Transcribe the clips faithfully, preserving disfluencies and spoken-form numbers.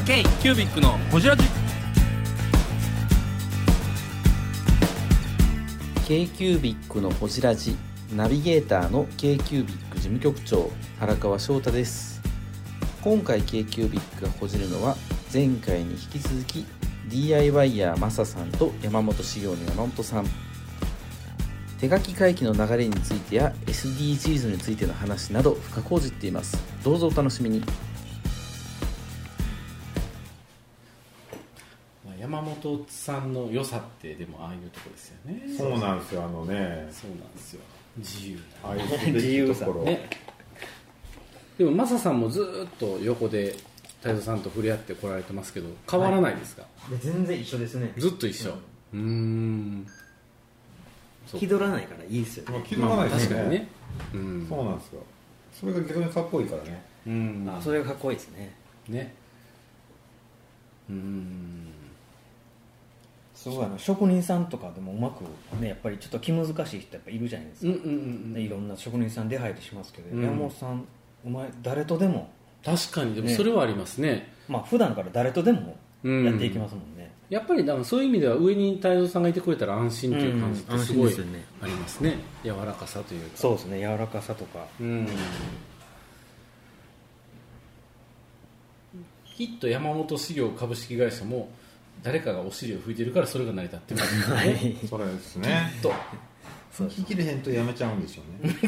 K キュービックのホジラジ K キュービックのホジラジナビゲーターの K キュービック事務局長原川翔太です。今回 K キュービックがほじるのは前回に引き続き ディーアイワイ ヤーマサさんと山本修行の山本さん、手書き回帰の流れについてや エスディージーズ についての話など深く報じています。どうぞお楽しみに。 山本さんの良さってでもああいうところですよね。 そうなんですよ、あのね、 そうなんですよ、自由なああいう自由さね。 でもマサさんもずっと横で太蔵さんと触れ合ってこられてますけど変わらないですか？ はい、全然一緒ですね。 ずっと一緒。うん、うーん、 気取らないからいいですよね。 気取らないですね、 まあ、確かにね、うん、そうなんですよ。それが逆にかっこいいからね。 うん、あ、それがかっこいいですね。 ね、うーん、 すごいあの職人さんとかでもうまくね、やっぱりちょっと気難しい人やっぱいるじゃないですか。 うんうんうん、 いろんな職人さん出入りしますけど、 うん、 山本さんお前誰とでも確かにでもそれはありますね。ね、 まあ普段から誰とでもやっていきますもんね。 うん、やっぱりだからそういう意味では上に太蔵さんがいてくれたら安心という感じってすごいありますね。柔らかさというか。 そうですね、柔らかさとか。うん、 きっと山本修行株式会社も誰かがお尻を拭いてるからそれが成り立ってますね。はい、 それですね。 きっと拭ききれへんとやめちゃうんでしょうね。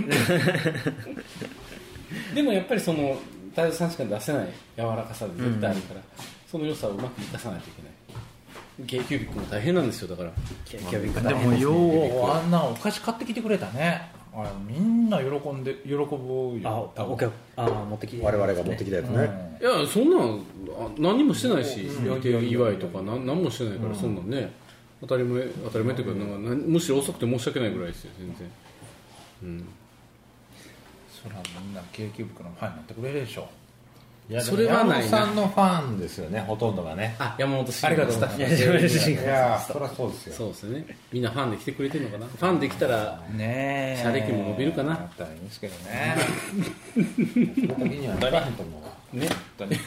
でもやっぱりその太蔵さんしか出せない柔らかさで絶対あるから、うん、その良さをうまく生かさないといけない。 K キュービックも大変なんですよ。だから K キュービックでもようあんなお菓子買ってきてくれたね。あれみんな喜んで喜ぶよ。 あ、お客あ持ってきて、 我々が持ってきたやつね、 うん、いやそんなん何もしてないし、うん、祝いとか何もしてないから、うん、そんなんね当たり前当たり前というか、なんかむしろ遅くて申し訳ないぐらいですよ全然。うん、 それはみんな K キュービックのファンになってくれるでしょ。 いやそれはないな。山本さんのファンですよね、ほとんどがね。 あ、山本さんありがとうございます。 いやそりゃそうですよ。 そうですね。みんなファンで来てくれてるのかな。ファンで来たらね、社歴も伸びるかな。 だったらいいんですけどね。 その時にはならへんと思うね。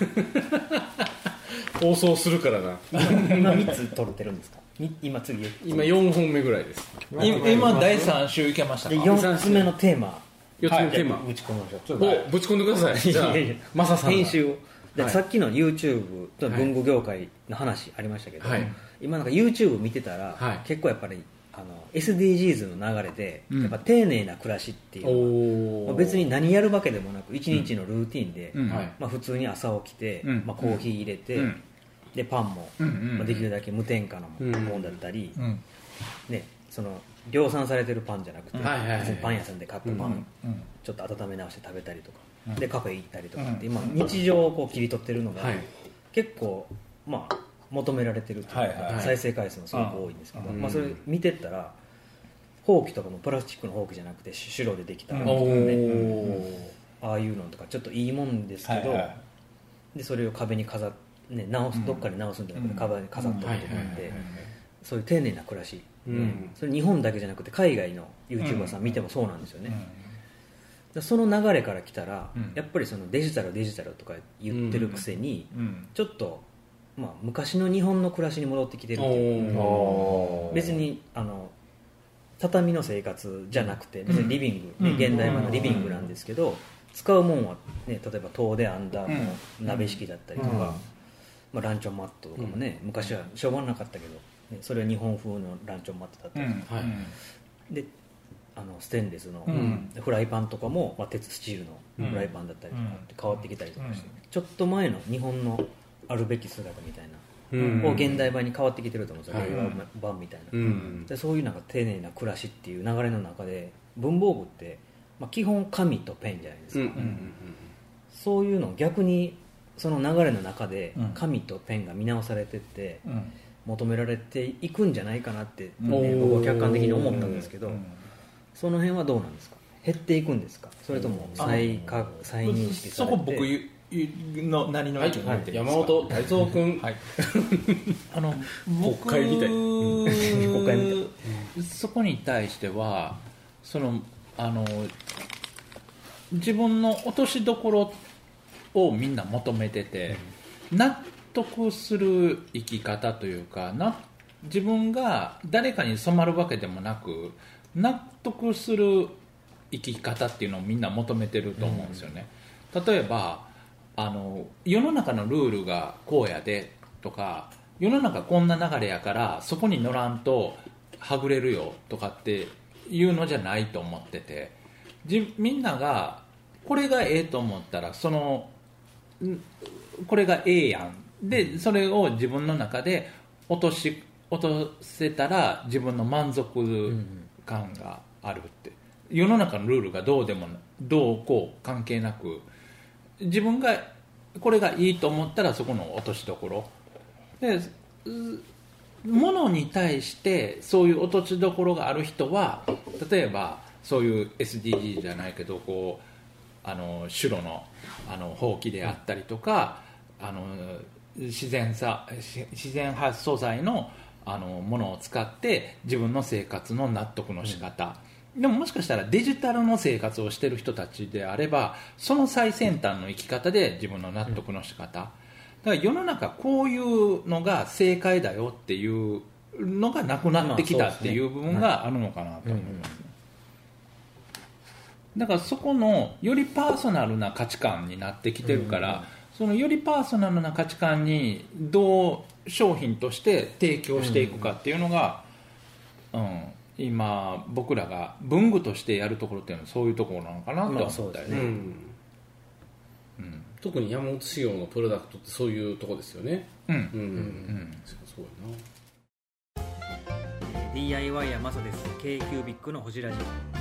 放送するからな。 今みっつ撮れてるんですか？今次今よんほんめぐらいです。 今だいさん週いけましたか？ よっつめのテーマ。 よっつめのテーマ、 はい、ぶち込みましょう。 お、ぶち込んでください。じゃあマサさん編集をで、はい、さっきの YouTube と文具業界の話ありましたけど、はい、今なんか YouTube 見てたら、はい、結構やっぱりあの エスディージーズ の流れで、うん、やっぱ丁寧な暮らしっていうのは、別に何やるわけでもなく一日のルーティンで、うん、まあ、普通に朝起きて、うん、まあ、コーヒー入れて、うん、でパンも、うんうん、まあ、できるだけ無添加のものだったり、うん、ね、その量産されてるパンじゃなくて、うん、パン屋さんで買ったパン、うん、ちょっと温め直して食べたりとか、うん、でカフェ行ったりとかって、今日常をこう切り取ってるのが、はい、結構まあ求められてるっていうか、はいはいはい、再生回数もすごく多いんですけど、まあ、それ見てったらほうきとかもプラスチックのほうきじゃなくてシュロでできた、うんね、ああいうのとかちょっといいもんですけど、はいはい、でそれを壁に飾って、ね、直すどっかに直すんじゃなくて、うん、壁に飾っておくとかって、そういう丁寧な暮らし、うん、それ日本だけじゃなくて海外の YouTuber さん見てもそうなんですよね、うん、その流れから来たら、うん、やっぱりそのデジタルデジタルとか言ってるくせに、うん、ちょっと、まあ、昔の日本の暮らしに戻ってきてるっていうか、別にあの畳の生活じゃなくて別にリビング、ね、現代版のリビングなんですけど、使うもんは、ね、例えば遠出編んだ鍋敷きだったりとか、まあ、ランチョンマットとかもね、昔はしょうがなかったけどそれは日本風のランチョンマットだったり、うん、はい、であのステンレスのフライパンとかも、まあ、鉄スチールのフライパンだったりとかって変わってきたりとかして、うん、ちょっと前の日本のあるべき姿みたいな、うん、を現代版に変わってきてると思うんですよ、令和版みたいな、うん、でそういうなんか丁寧な暮らしっていう流れの中で文房具って、まあ、基本紙とペンじゃないですか、うんうんうん、そういうの逆にその流れの中で紙とペンが見直されてって、うん、求められていくんじゃないかなって、ね、僕は客観的に思ったんですけど、その辺はどうなんですか？減っていくんですか？それとも再か再認識されて、 そこ僕の何の意見を言って山本泰造君、はい、 あの僕国会みたい国会みたいそこに対してはそのあの自分の落としどころをみんな求めてて、うん、納得する生き方というかな、自分が誰かに染まるわけでもなく納得する生き方っていうのをみんな求めてると思うんですよね、うん、例えばあの世の中のルールがこうやでとか、世の中こんな流れやからそこに乗らんとはぐれるよとかっていうのじゃないと思ってて、じみんながこれがええと思ったらそのこれがええやんで、それを自分の中で落とし落とせたら自分の満足感があるって、世の中のルールがどうでもどうこう関係なく、自分がこれがいいと思ったらそこの落としどころで、ものに対してそういう落としどころがある人は、例えばそういう エスディージー じゃないけどこうあの種路のあの放棄であったりとか、あの自然さ自然発素材のあのものを使って自分の生活の納得の仕方、うん、でももしかしたらデジタルの生活をしている人たちであればその最先端の生き方で自分の納得の仕方、うん、だから世の中こういうのが正解だよっていうのがなくなってきたっていう部分があるのかなと思いますね。だからそこのよりパーソナルな価値観になってきてるから、うん、そのよりパーソナルな価値観にどう商品として提供していくかっていうのが、うんうん、今僕らが文具としてやるところっていうのはそういうところなのかなと思ったよね、まあうんうん、特に山本仕様のプロダクトってそういうところですよね。うんうんうん、うん、 そうやな。 ディーアイワイ やマサです。 K キュービックのほじラジ。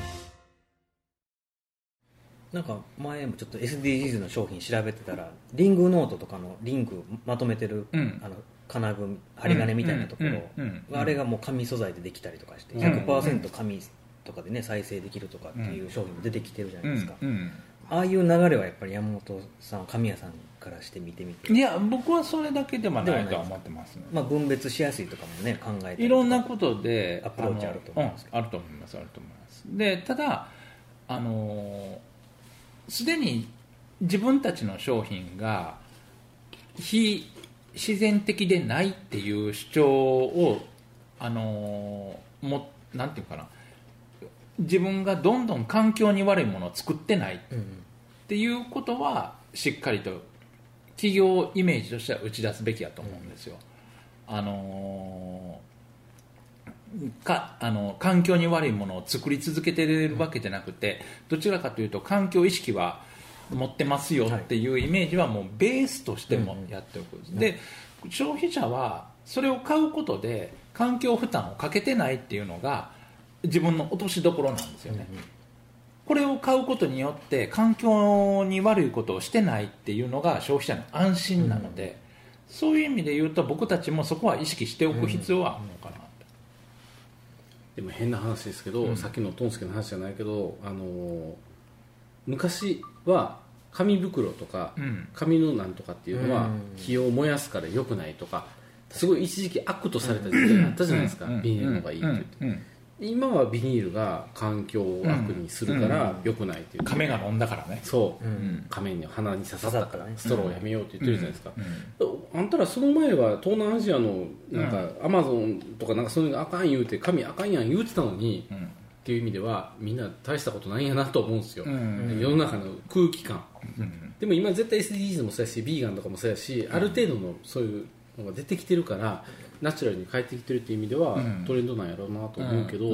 なんか前もちょっと エスディージーズ の商品調べてたらリングノートとかのリングまとめてる、うん、あの金具針金みたいなところ、うんうんうん、あれがもう紙素材でできたりとかして ひゃくパーセント 紙とかでね再生できるとかっていう商品も出てきてるじゃないですか、うんうん、ああいう流れはやっぱり山本さん紙屋さんからして見てみて、 いや僕はそれだけではないとは思ってますね。 まあ、分別しやすいとかもね考えていろんなことでアプローチあると思いますけど、 うん、あると思いますあると思います。でただあのすでに自分たちの商品が非自然的でないっていう主張をあのもなんていうかな、自分がどんどん環境に悪いものを作ってないっていうことはしっかりと企業イメージとしては打ち出すべきだと思うんですよ。あのかあの環境に悪いものを作り続けているわけじゃなくて、どちらかというと環境意識は持ってますよっていうイメージはもうベースとしてもやっておく、で消費者はそれを買うことで環境負担をかけてないっていうのが自分の落としどころなんですよね、うんうん、これを買うことによって環境に悪いことをしてないっていうのが消費者の安心なので、うん、そういう意味で言うと僕たちもそこは意識しておく必要はあるのかなと、 うん、でも変な話ですけど、うん、さっきのトンスケの話じゃないけど、あのー、昔は紙袋とか、うん、紙のなんとかっていうのは火を燃やすから良くないとかすごい一時期悪とされた時代があったじゃないですか、ビニールの方がいいって言って、うんうん、今はビニールが環境を悪にするから良くないっていう、 亀が飲んだからね、 そう、うん、亀に鼻に刺さったからストローをやめようって言ってるじゃないですか、うんうん、あんたらその前は東南アジアのなんかアマゾンとかなんかそういうのがあかん言うて紙あかんやん言うてたのに、うんっていう意味ではみんな大したことないんやなと思うんですよ、うんうん、世の中の空気感、うんうん、でも今絶対 エスディージーズ もそうやしビーガンとかもそうやし、うん、ある程度のそういうのが出てきてるからナチュラルに変えてきてるっていう意味では、うん、トレンドなんやろうなと思うけど、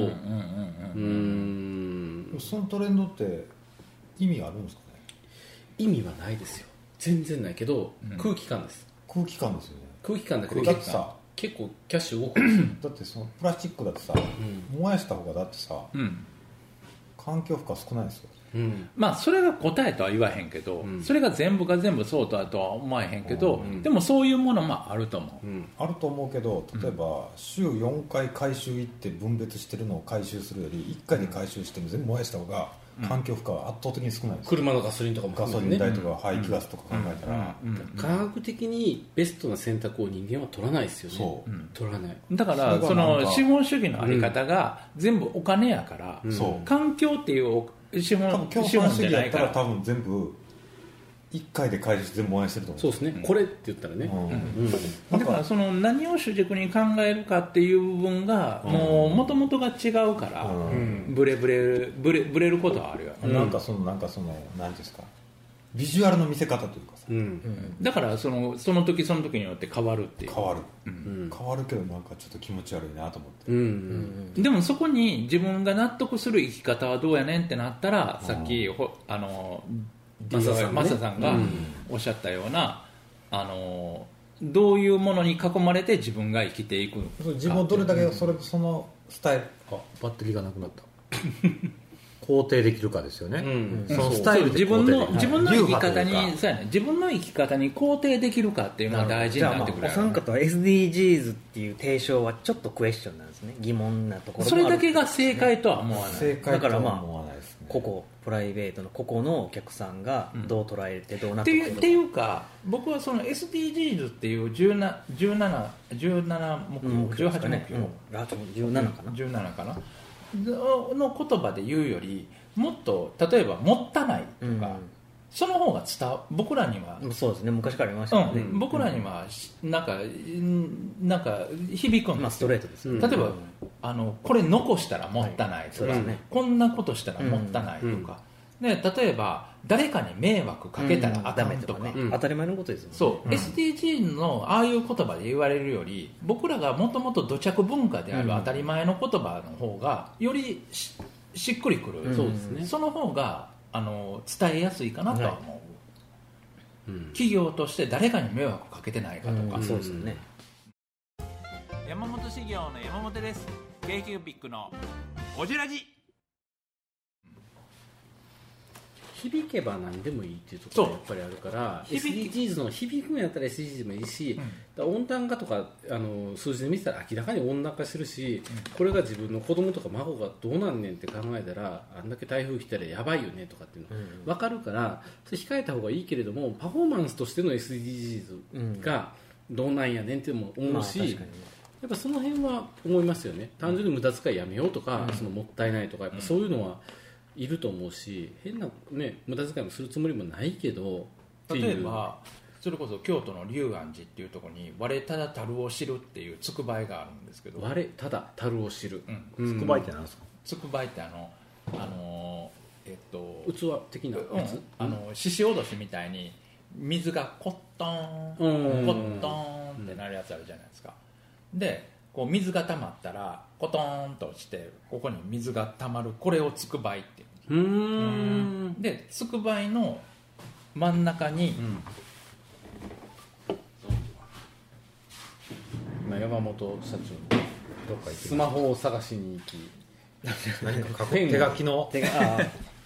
そのトレンドって意味あるんですかね。 意味はないですよ、全然ないけど、うん、空気感です。 空気感ですよね。 空気感だけどだってさ結構キャッシュ動くんですよだってそのプラスチックだってさ、うん、燃やした方がだってさ、うん、環境負荷少ないですよ、 うん、まあそれが答えとは言わへんけど、うん、それが全部が全部そうとはとは思わへんけど、うん、でもそういうものもあると思う、うん、 あると思うけど、例えば週よんかい回収行って分別してるのを回収するよりいっかいで回収しても全部燃やした方が環境負荷は圧倒的に少ないです。 車のガソリンとかもガソリン代とか排気ガスとか考えたら、 科学的にベストな選択を人間は取らないですよね。そう、うん、取らない。 だからその資本主義のあり方が全部お金やから、うん、環境っていう資本資本主義やったら多分全部いっかいで回収して全部燃やしてると思う。 そうですね、うん、これって言ったらね、うんうん、だからその何を主軸に考えるかっていう部分がもう元々が違うから、うん、ブレブレブレブレることはあるよ、 うん、なんかそのなんかその何ですかビジュアルの見せ方というかさ、うんうん、 だからそのその時その時によって変わるっていう変わる、うん、変わるけどなんかちょっと気持ち悪いなと思って、 うんうん、でもそこに自分が納得する生き方はどうやねんってなったら、うん、さっきあのマサさん、ね、マサさんがおっしゃったような、うん、あのどういうものに囲まれて自分が生きていくのか、 自分をどれだけそれそのスタイル、 あバッテリーがなくなった肯定できるかですよね、うん、 そのスタイルで自分の自分の生き方にそうやね、自分の生き方に肯定できるかっていうのは大事になってくる、 まあ、お三方は エスディージーズ っていう提唱はちょっとクエスチョンなんですね、疑問なところもある、 それだけが正解とは思わない、 正解とは思わないですね、 個々プライベートの個々のお客さんがどう捉えてどうなってくるか、 っていうか僕はその エスディージーズ っていうじゅうなな、じゅうなな、じゅうなな目標、じゅうはち目標、うん、 じゅうななかな、 じゅうななかなの言葉で言うよりもっと例えばもったないとか、うん、その方が伝わ僕らにはそうですね、昔からありましたね、 うん、僕らにはなんかなんか響くんですよ、 まあ、ストレートです、 例えば、うん、あのこれ残したらもったないとか、はいね、こんなことしたらもったないとか、うん、で例えば誰かに迷惑かけたらあかんとか、 うんね、当たり前のことですよね。 そう、 うん、 エスディージー のああいう言葉で言われるより僕らがもともと土着文化である当たり前の言葉の方がより し, しっくりくる、うん、そうですね、その方があの伝えやすいかなとは思う、はい、うん、企業として誰かに迷惑かけてないかとか、 うん、そうですね。 山本修行の山本です。 k qビックのこじらじ響けば何でもいいっていうところがやっぱりあるから エスディージーズ の響くんやったら エスディージーズ でもいいし、うん、温暖化とかあの数字で見てたら明らかに温暖化してるし、うん、これが自分の子供とか孫がどうなんねんって考えたらあんだけ台風来たらやばいよねとかっていうの分かるから、それ控えた方がいいけれどもパフォーマンスとしての エスディージーズ がどうなんやねんっていうのも思うし、まあ、やっぱその辺は思いますよね。単純に無駄遣いやめようとか、うん、そのもったいないとかやっぱそういうのはいると思うし、変な、ね、無駄遣いもするつもりもないけど、 例えばそれこそ京都の龍安寺っていうところに我ただ樽を知るっていうつくばいがあるんですけど、 我ただ樽を知る、 うん、つくばいって何ですか？ つくばいってあのあのえっと器的なやつ、 うん、あの獅子おどしみたいに水がコットンコットンってなるやつあるじゃないですか。でこう水が溜まったらコトーンと落ちてここに水が溜まる、これをつくばいっていう。うーんでつくばいの真ん中に、うん、 今山本社長どっか行ってスマホを探しに行き何か書く手書きの手があ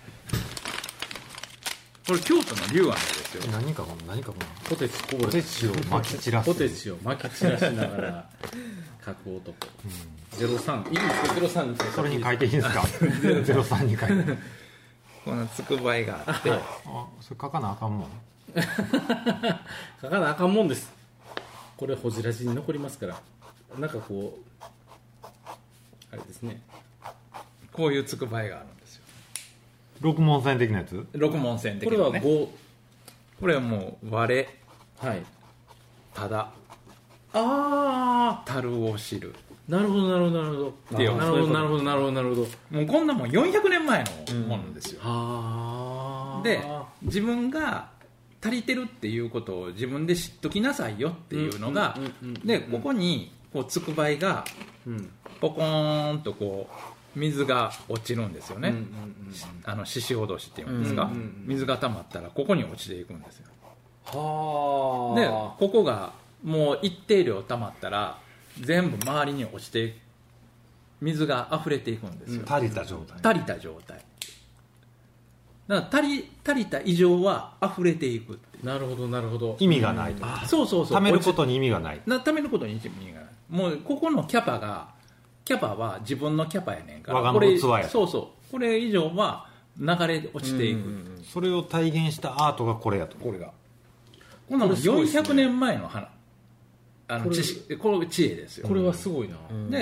これ京都の龍安ですよ。 何かこの何かこのポテチポテチを巻き散らすポテチを巻き散らしながら書く男、うん、ゼロさんいいですか？ゼロさんにそれに書いていいんですか？ゼロさんに書いてこのつくばいがあってあそれ書かなあかんもん書かなあかんもんです。これホジラジに残りますからなんかこうあれですね、 こういうつくばいがあるんですよ。 六文線的なやつ？ 六文線的な、ね、 これはごこれはもう我はいただああ樽を知る。 なるほどなるほどなるほどなるほどなるほどなるほどなるほど。 もうこんなもんよんひゃくねんまえのものですよ、 うん、はで自分が足りてるっていうことを自分で知っときなさいよっていうのが、でここにこうつくばいがポコーンとこう水が落ちるんですよね、うんうんうん、あの獅子おどしっていうんですか、うんうんうん、水が溜まったらここに落ちていくんですよ。 はでここがもう一定量溜まったら全部周りに落ちて水が溢れていくんですよ、 うん、足りた状態足りた状態だから足り、足りた以上は溢れていくって。 なるほどなるほど。 意味がないと、 うん、そうそうそう、 貯めることに意味がないな貯めることに意味がない。もうここのキャパがキャパは自分のキャパやねんから、 我がの器や。 そうそうこれ以上は流れ落ちていく、うんうんうん、 それを体現したアートがこれやと。 これがこんなのよんひゃくねんまえの花あの知識これ知恵ですよ。 これはすごいな、 で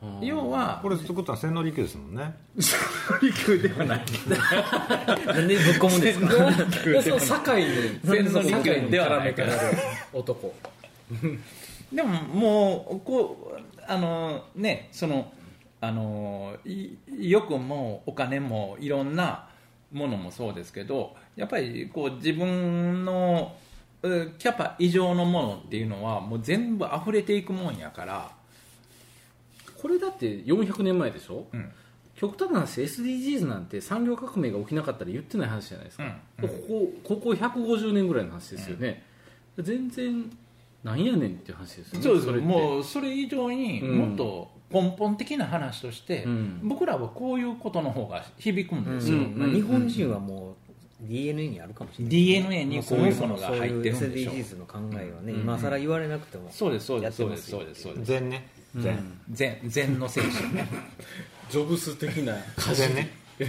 要はこれ作ったのは千利休ですもんね。 利休ではないなんでぶっ込むんですか。 その堺に千利休ではないから男でももうこうあのねそのあのよくもお金もいろんなものもそうですけど、やっぱりこう自分のキャパ以上のものっていうのはもう全部溢れていくもんやから。 これだってよんひゃくねんまえでしょ、うん、極端な話 エスディージーズ なんて産業革命が起きなかったら言ってない話じゃないですか、うんうん、ここここひゃくごじゅうねんぐらいの話ですよね、うん、全然なんやねんっていう話ですよね。 そうです。それもうそれ以上にもっと根本的な話として、うん、僕らはこういうことの方が響くんですよ、うんまあ、日本人はもう ディーエヌエー にあるかもしれない、 ディーエヌエー にこういうものが入ってるんでしょう。 エスディージーズ の考えはね、うん、今更言われなくてもそうですそうですそうですそうですそうです禅ね禅禅禅の精神ねジョブス的な風ね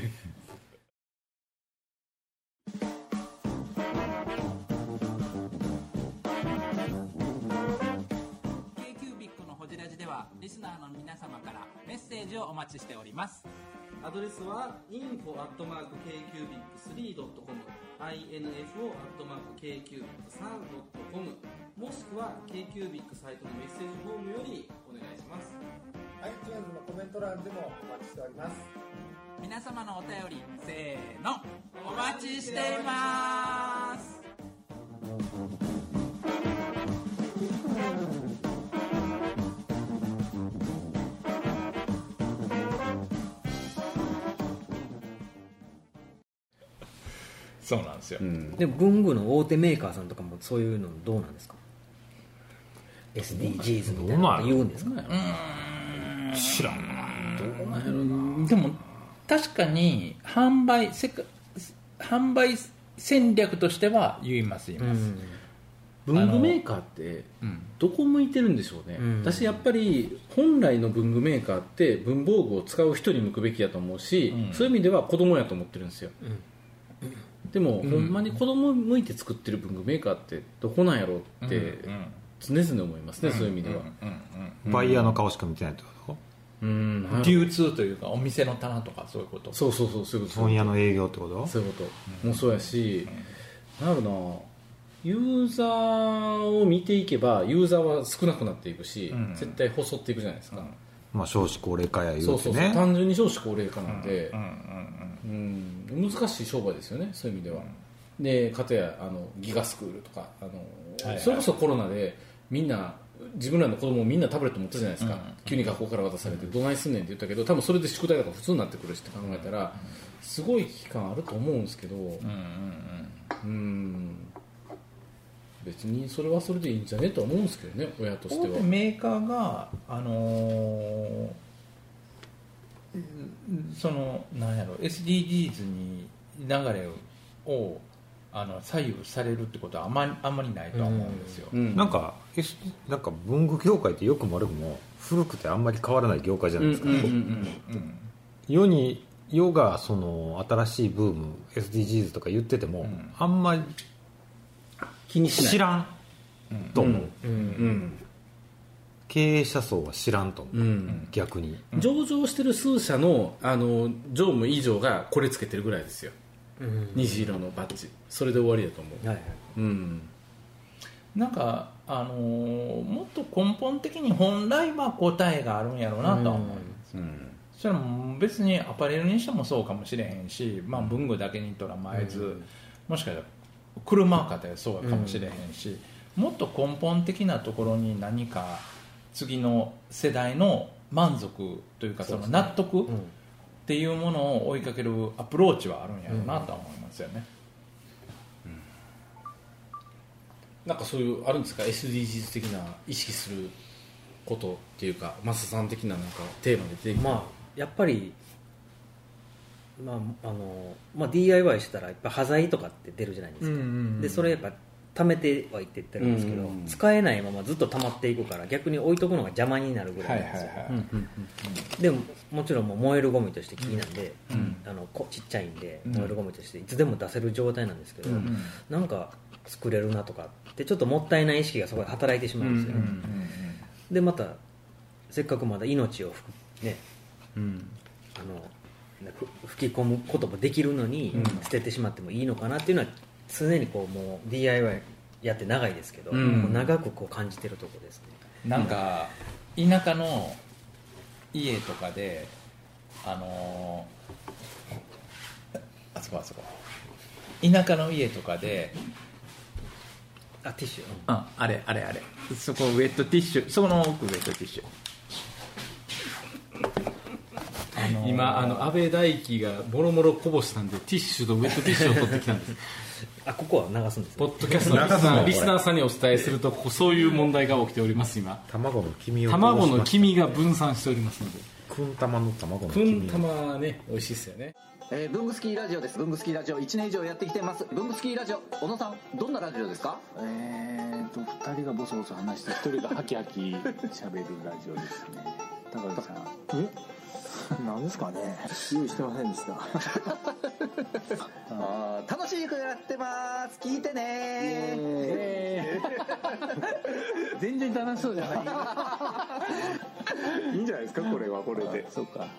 リスナーの皆様からメッセージをお待ちしております。 アドレスは インフォ アットマーク ケーキュービックスリー ドット コム インフォ アットマーク ケーキュービックスリー ドット コム もしくは K-Cubic サイトのメッセージフォームよりお願いします。 iTunes のコメント欄でもお待ちしております。 皆様のお便りせーのお待ちしています。そうなんですよ、うん、 でも文具の大手メーカーさんとかもそういうのどうなんですか。 エスディージーズ みたいなこと言うんですか。うーん知らんな。 どうなんやろ。でも確かに販売せか販売戦略としては言います言います、 うん、文具メーカーってどこ向いてるんでしょうね、うん、私やっぱり本来の文具メーカーって文房具を使う人に向くべきやと思うし、うん、そういう意味では子供やと思ってるんですよ、うんでも、うん、ほんまに子供向いて作ってる文具メーカーってどこなんやろうって常々思いますね、うん、そういう意味では、 うん、バイヤーの顔しか見てないってこと、 うん、流通というかお店の棚とかそういうこと。 そうそうそうそういうこと。 本屋の営業ってこと。 そういうこと、うん、もうそうやし、うん、なるなユーザーを見ていけばユーザーは少なくなっていくし、うん、絶対細っていくじゃないですか、うんまあ、少子高齢化や言うてね。 そうそうそう単純に少子高齢化なんで、うんうんうんうん、難しい商売ですよねそういう意味では、うん、でかたやあのギガスクールとかあの、はいはい、それこそコロナでみんな自分らの子供もみんなタブレット持ったじゃないですか、うん、急に学校から渡されて、うん、どないすんねんって言ったけど多分それで宿題とか普通になってくるしって考えたらすごい危機感あると思うんですけど、うんうんうん、うん別にそれはそれでいいんじゃねとは思うんですけどね親としては。 メーカーがあのー、そのなんやろ エスディージーズ に流れをあの左右されるってことはあんまりあんまりないとは思うんですよ、 うん、なんかなんか文具業界ってよくも悪くも古くてあんまり変わらない業界じゃないですか。世に世がその新しいブーム エスディージーズ とか言ってても、うん、あんまり気にしない知らんと思う、うんうんうん、経営者層は知らんと思う、うん、逆に上場してる数社の、あの常務以上がこれつけてるぐらいですよ、うん、虹色のバッジそれで終わりだと思う、はいはいうん、 なんか、あのー、もっと根本的に本来は答えがあるんやろうなとは思います、うんうん、それも別にアパレルにしてもそうかもしれへんし、まあ、文具だけにとらまえず、うん、もしかしたら車方やそうかもしれへんし、うん、もっと根本的なところに何か次の世代の満足というかその納得っていうものを追いかけるアプローチはあるんやろうなとは思いますよね、 うんうん、なんかそういうあるんですか エスディージーズ 的な意識することっていうかマサさん的ななんかテーマで出てきた、 まあ、やっぱりまああのまあ、ディーアイワイ してたらやっぱ端材とかって出るじゃないですか、うんうんうん、でそれやっぱ貯めてはいってってるんですけど、うんうんうん、使えないままずっと溜まっていくから逆に置いとくのが邪魔になるぐらいなんですよ、はいはいはい、でももちろんもう燃えるゴミとして木なんで、うん、あのちっちゃいんで燃えるゴミとしていつでも出せる状態なんですけど、うんうん、なんか作れるなとかってちょっともったいない意識がそこで働いてしまうんですよね、うんうんうんうん、でまたせっかくまだ命をね、 うん、 あの吹き込むこともできるのに、うん、捨ててしまってもいいのかなっていうのは常にこうもう ディーアイワイ やって長いですけど、うん、長くこう感じてるところですね。 なんか田舎の家とかであのー、あそこあそこ田舎の家とかであティッシュ、 うん、あれあれあれそこウェットティッシュそこの奥ウェットティッシュあのー、今あの安倍大輝がもろもろこぼしたんでティッシュとウェットティッシュを取ってきたんですあここは流すんです、ね、 ポッドキャストのリスナー、リスナーさんにお伝えするとそういう問題が起きております。今卵の黄身を卵の黄身が分散しておりますのでくん玉の卵の黄身くん玉ね美味しいですよね。 えー、ブングスキーラジオです。ブングスキーラジオいちねん以上やってきてます。ブングスキーラジオ小野さんどんなラジオですか？ えーとふたりがボソボソ話してひとりがハキハキ喋るラジオですね。高橋さんえなんですかね用意してませんでしたあ楽しくやってます聞いてね全然楽しそうじゃないいいんじゃないですかこれはこれで。そうか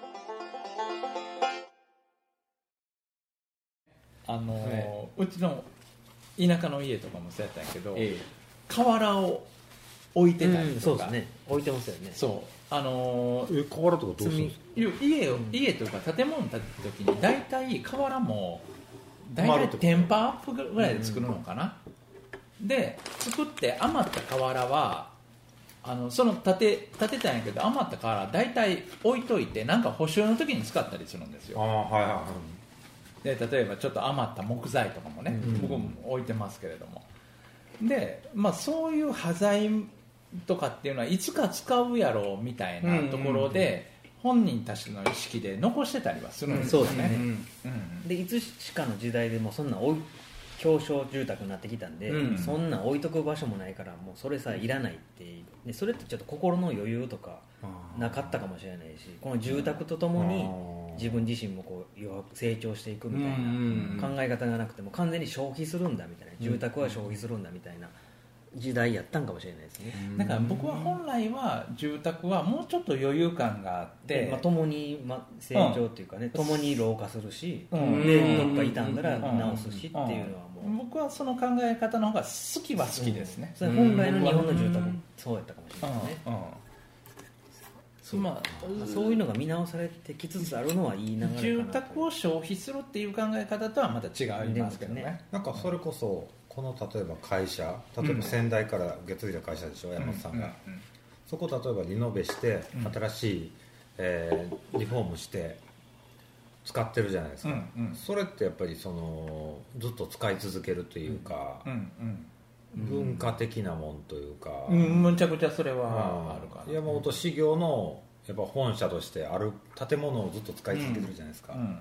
あのーね、うちの田舎の家とかもそうやったんやけど、ええ、瓦を置いてたりとか、うん、 そうですね置いてますよね。 そうあのー、 え瓦とかどうするんですか？ 家を、うん、家とか建物建てた時に大体瓦も大体テンパーアップぐらいで作るのかな、うん、で作って余った瓦はあのその建て建てたんやけど余った瓦大体置いといてなんか補修の時に使ったりするんですよ。 あ、はいはいはい、 で例えばちょっと余った木材とかもね、うん、僕も置いてますけれどもで、まあ、そういう端材とかっていうのはいつか使うやろうみたいなところで本人たちの意識で残してたりはするんですよね、うん、そうですね、 うん、でいつしかの時代でもそんな置い狭小住宅になってきたんで、うん、そんな置いとく場所もないからもうそれさえいらないっていうでそれってちょっと心の余裕とかなかったかもしれないしこの住宅とともに自分自身もこう成長していくみたいな考え方がなくても完全に消費するんだみたいな住宅は消費するんだみたいな時代やったんかもしれないですね。 だから僕は本来は住宅はもうちょっと余裕感があって、 まあ、共に、ま、成長っていうかね、うん、共に老化するし、うん、でどっか傷んだら直すしっていうのはもう、 うん、僕はその考え方の方が好きは好きですね、 うん、それ本来の日本の住宅そうやったかもしれないね、うんうんそうまあ、そういうのが見直されてきつつあるのはいいながら住宅を消費するっていう考え方とはまた違いますけどね。 なんかそれこそこの例えば会社例えば仙台から受け継いだ会社でしょ、うん、山本さんが、うんうん、そこを例えばリノベして新しい、えー、リフォームして使ってるじゃないですか、うんうん、それってやっぱりそのずっと使い続けるというか、うんうん、文化的なもんというか、 うん、むちゃくちゃそれはあるかな。 山本修行のやっぱ本社としてある建物をずっと使い続けてるじゃないですか、うんうんうんうん、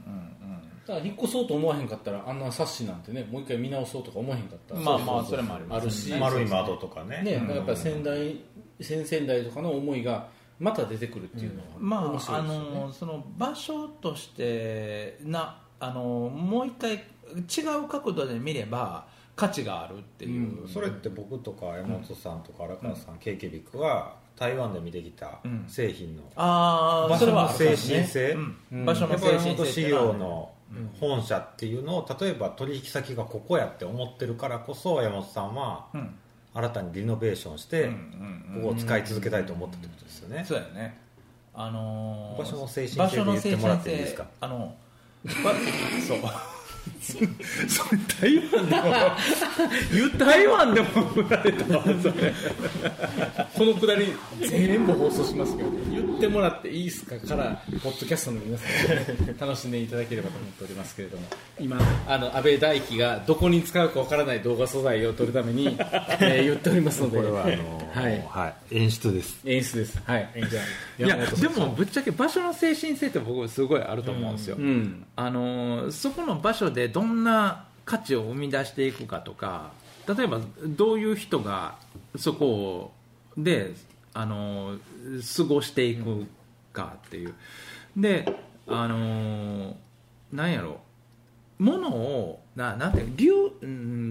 だから引っ越そうと思わへんかったらあんな冊子なんてねもう一回見直そうとか思わへんかったらまあまあそれもありますし丸い窓とかねね、うん、やっぱり仙台先々代とかの思いがまた出てくるっていうのは面白いですよね、 うん、まああのその場所としてなあのもう一回違う角度で見れば価値があるっていう、 うん、それって僕とか山本さんとか荒川さん、うん、ケーケー ビックは台湾で見てきた製品の場所の精神性、場所の精神性事業の本社っていうのを例えば取引先がここやって思ってるからこそ山本さんは新たにリノベーションしてここを使い続けたいと思ったってことですよね。 そうやね、あのー、 場所の精神性で言ってもらっていいですか。 あのそうそれ台湾でも台湾でも振られたわそれこのくだり全部放送しますけど、ね、言ってもらっていいですかからポッドキャストの皆さんに楽しんでいただければと思っておりますけれども今あの安倍大輝がどこに使うかわからない動画素材を撮るために、えー、言っておりますのでこれはあのーはいはい、演出です演出ですはいいやでもぶっちゃけ場所の精神性って僕すごいあると思うんですよ、うんうん、あのそこの場所でどんな価値を生み出していくかとか例えばどういう人がそこであの過ごしていくかっていうであのなんやろ物をななんて流、うん、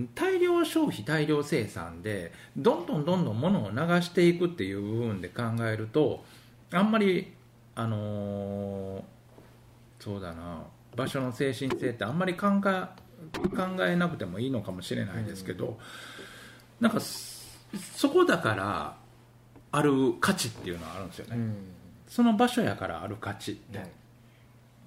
大量消費大量生産でどんどんどんどん物を流していくっていう部分で考えるとあんまりあのー、そうだな場所の精神性ってあんまり考え、考えなくてもいいのかもしれないですけど、うん、なんかそこだからある価値っていうのはあるんですよね、うん、その場所やからある価値って、はい、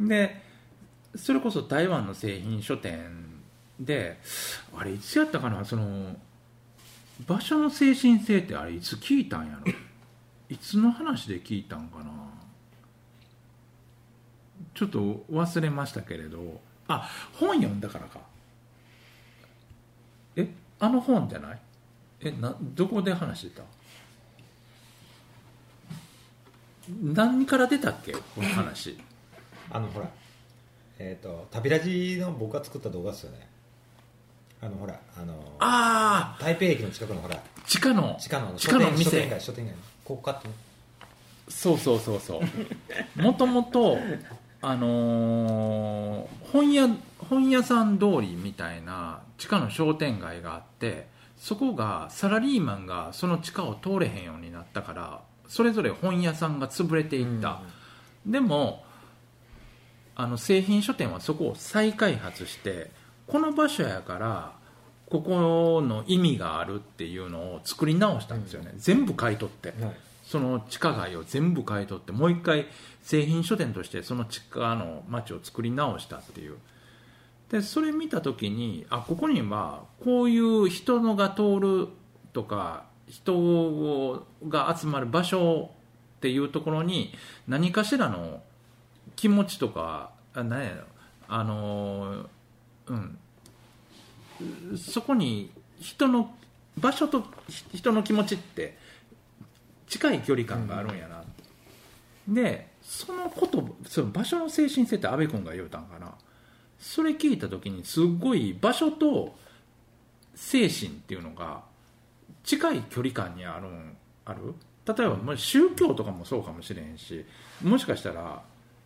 でそれこそ台湾の製品書店であれいつやったかな、その場所の精神性ってあれいつ聞いたんやろいつの話で聞いたんかな、ちょっと忘れましたけれど、あ、本読んだからか、え、あの本じゃない、え、などこで話してた、何から出たっけこの話あのほらえっ、ー、と旅ラジの僕が作った動画ですよね、あのほらあのあ台北駅の近くのほら地下の地下の地下の店書店街書店街のここかってそうそうそうそうもともとあのー、本屋本屋さん通りみたいな地下の商店街があって、そこがサラリーマンがその地下を通れへんようになったからそれぞれ本屋さんが潰れていった、うん、でもあの製品書店はそこを再開発してこの場所やからここの意味があるっていうのを作り直したんですよね、うん、全部買い取って、はい、その地下街を全部買い取ってもう一回製品書店としてその地下の街を作り直したっていう。でそれ見た時にあここにはこういう人のが通るとか人が集まる場所っていうところに何かしらの気持ちとかあ何やろあのうんそこに人の場所と人の気持ちって近い距離感があるんやな、うん、でそのことその場所の精神性って阿部君が言うたんかな、それ聞いた時にすごい場所と精神っていうのが近い距離感にあるある例えば、まあ、宗教とかもそうかもしれへんし、もしかしたら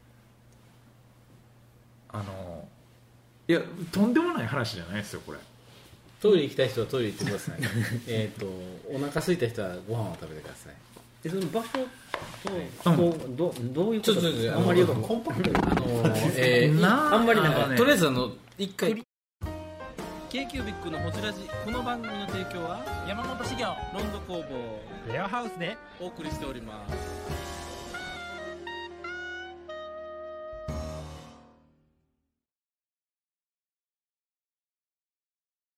あのいやとんでもない話じゃないですよこれ。 トイレ行きたい人はトイレ行ってくださいえっとお腹空いた人はご飯を食べてください。 でその場所と人、うん、ど, どういうことですか。あんまり言うとコンパクトにあの、 えー、 なあんまりなんか、ね、とりあえずあの一回 k q b i c のホジラジ、この番組の提供は山本資源ロンド工房レアハウスでお送りしております。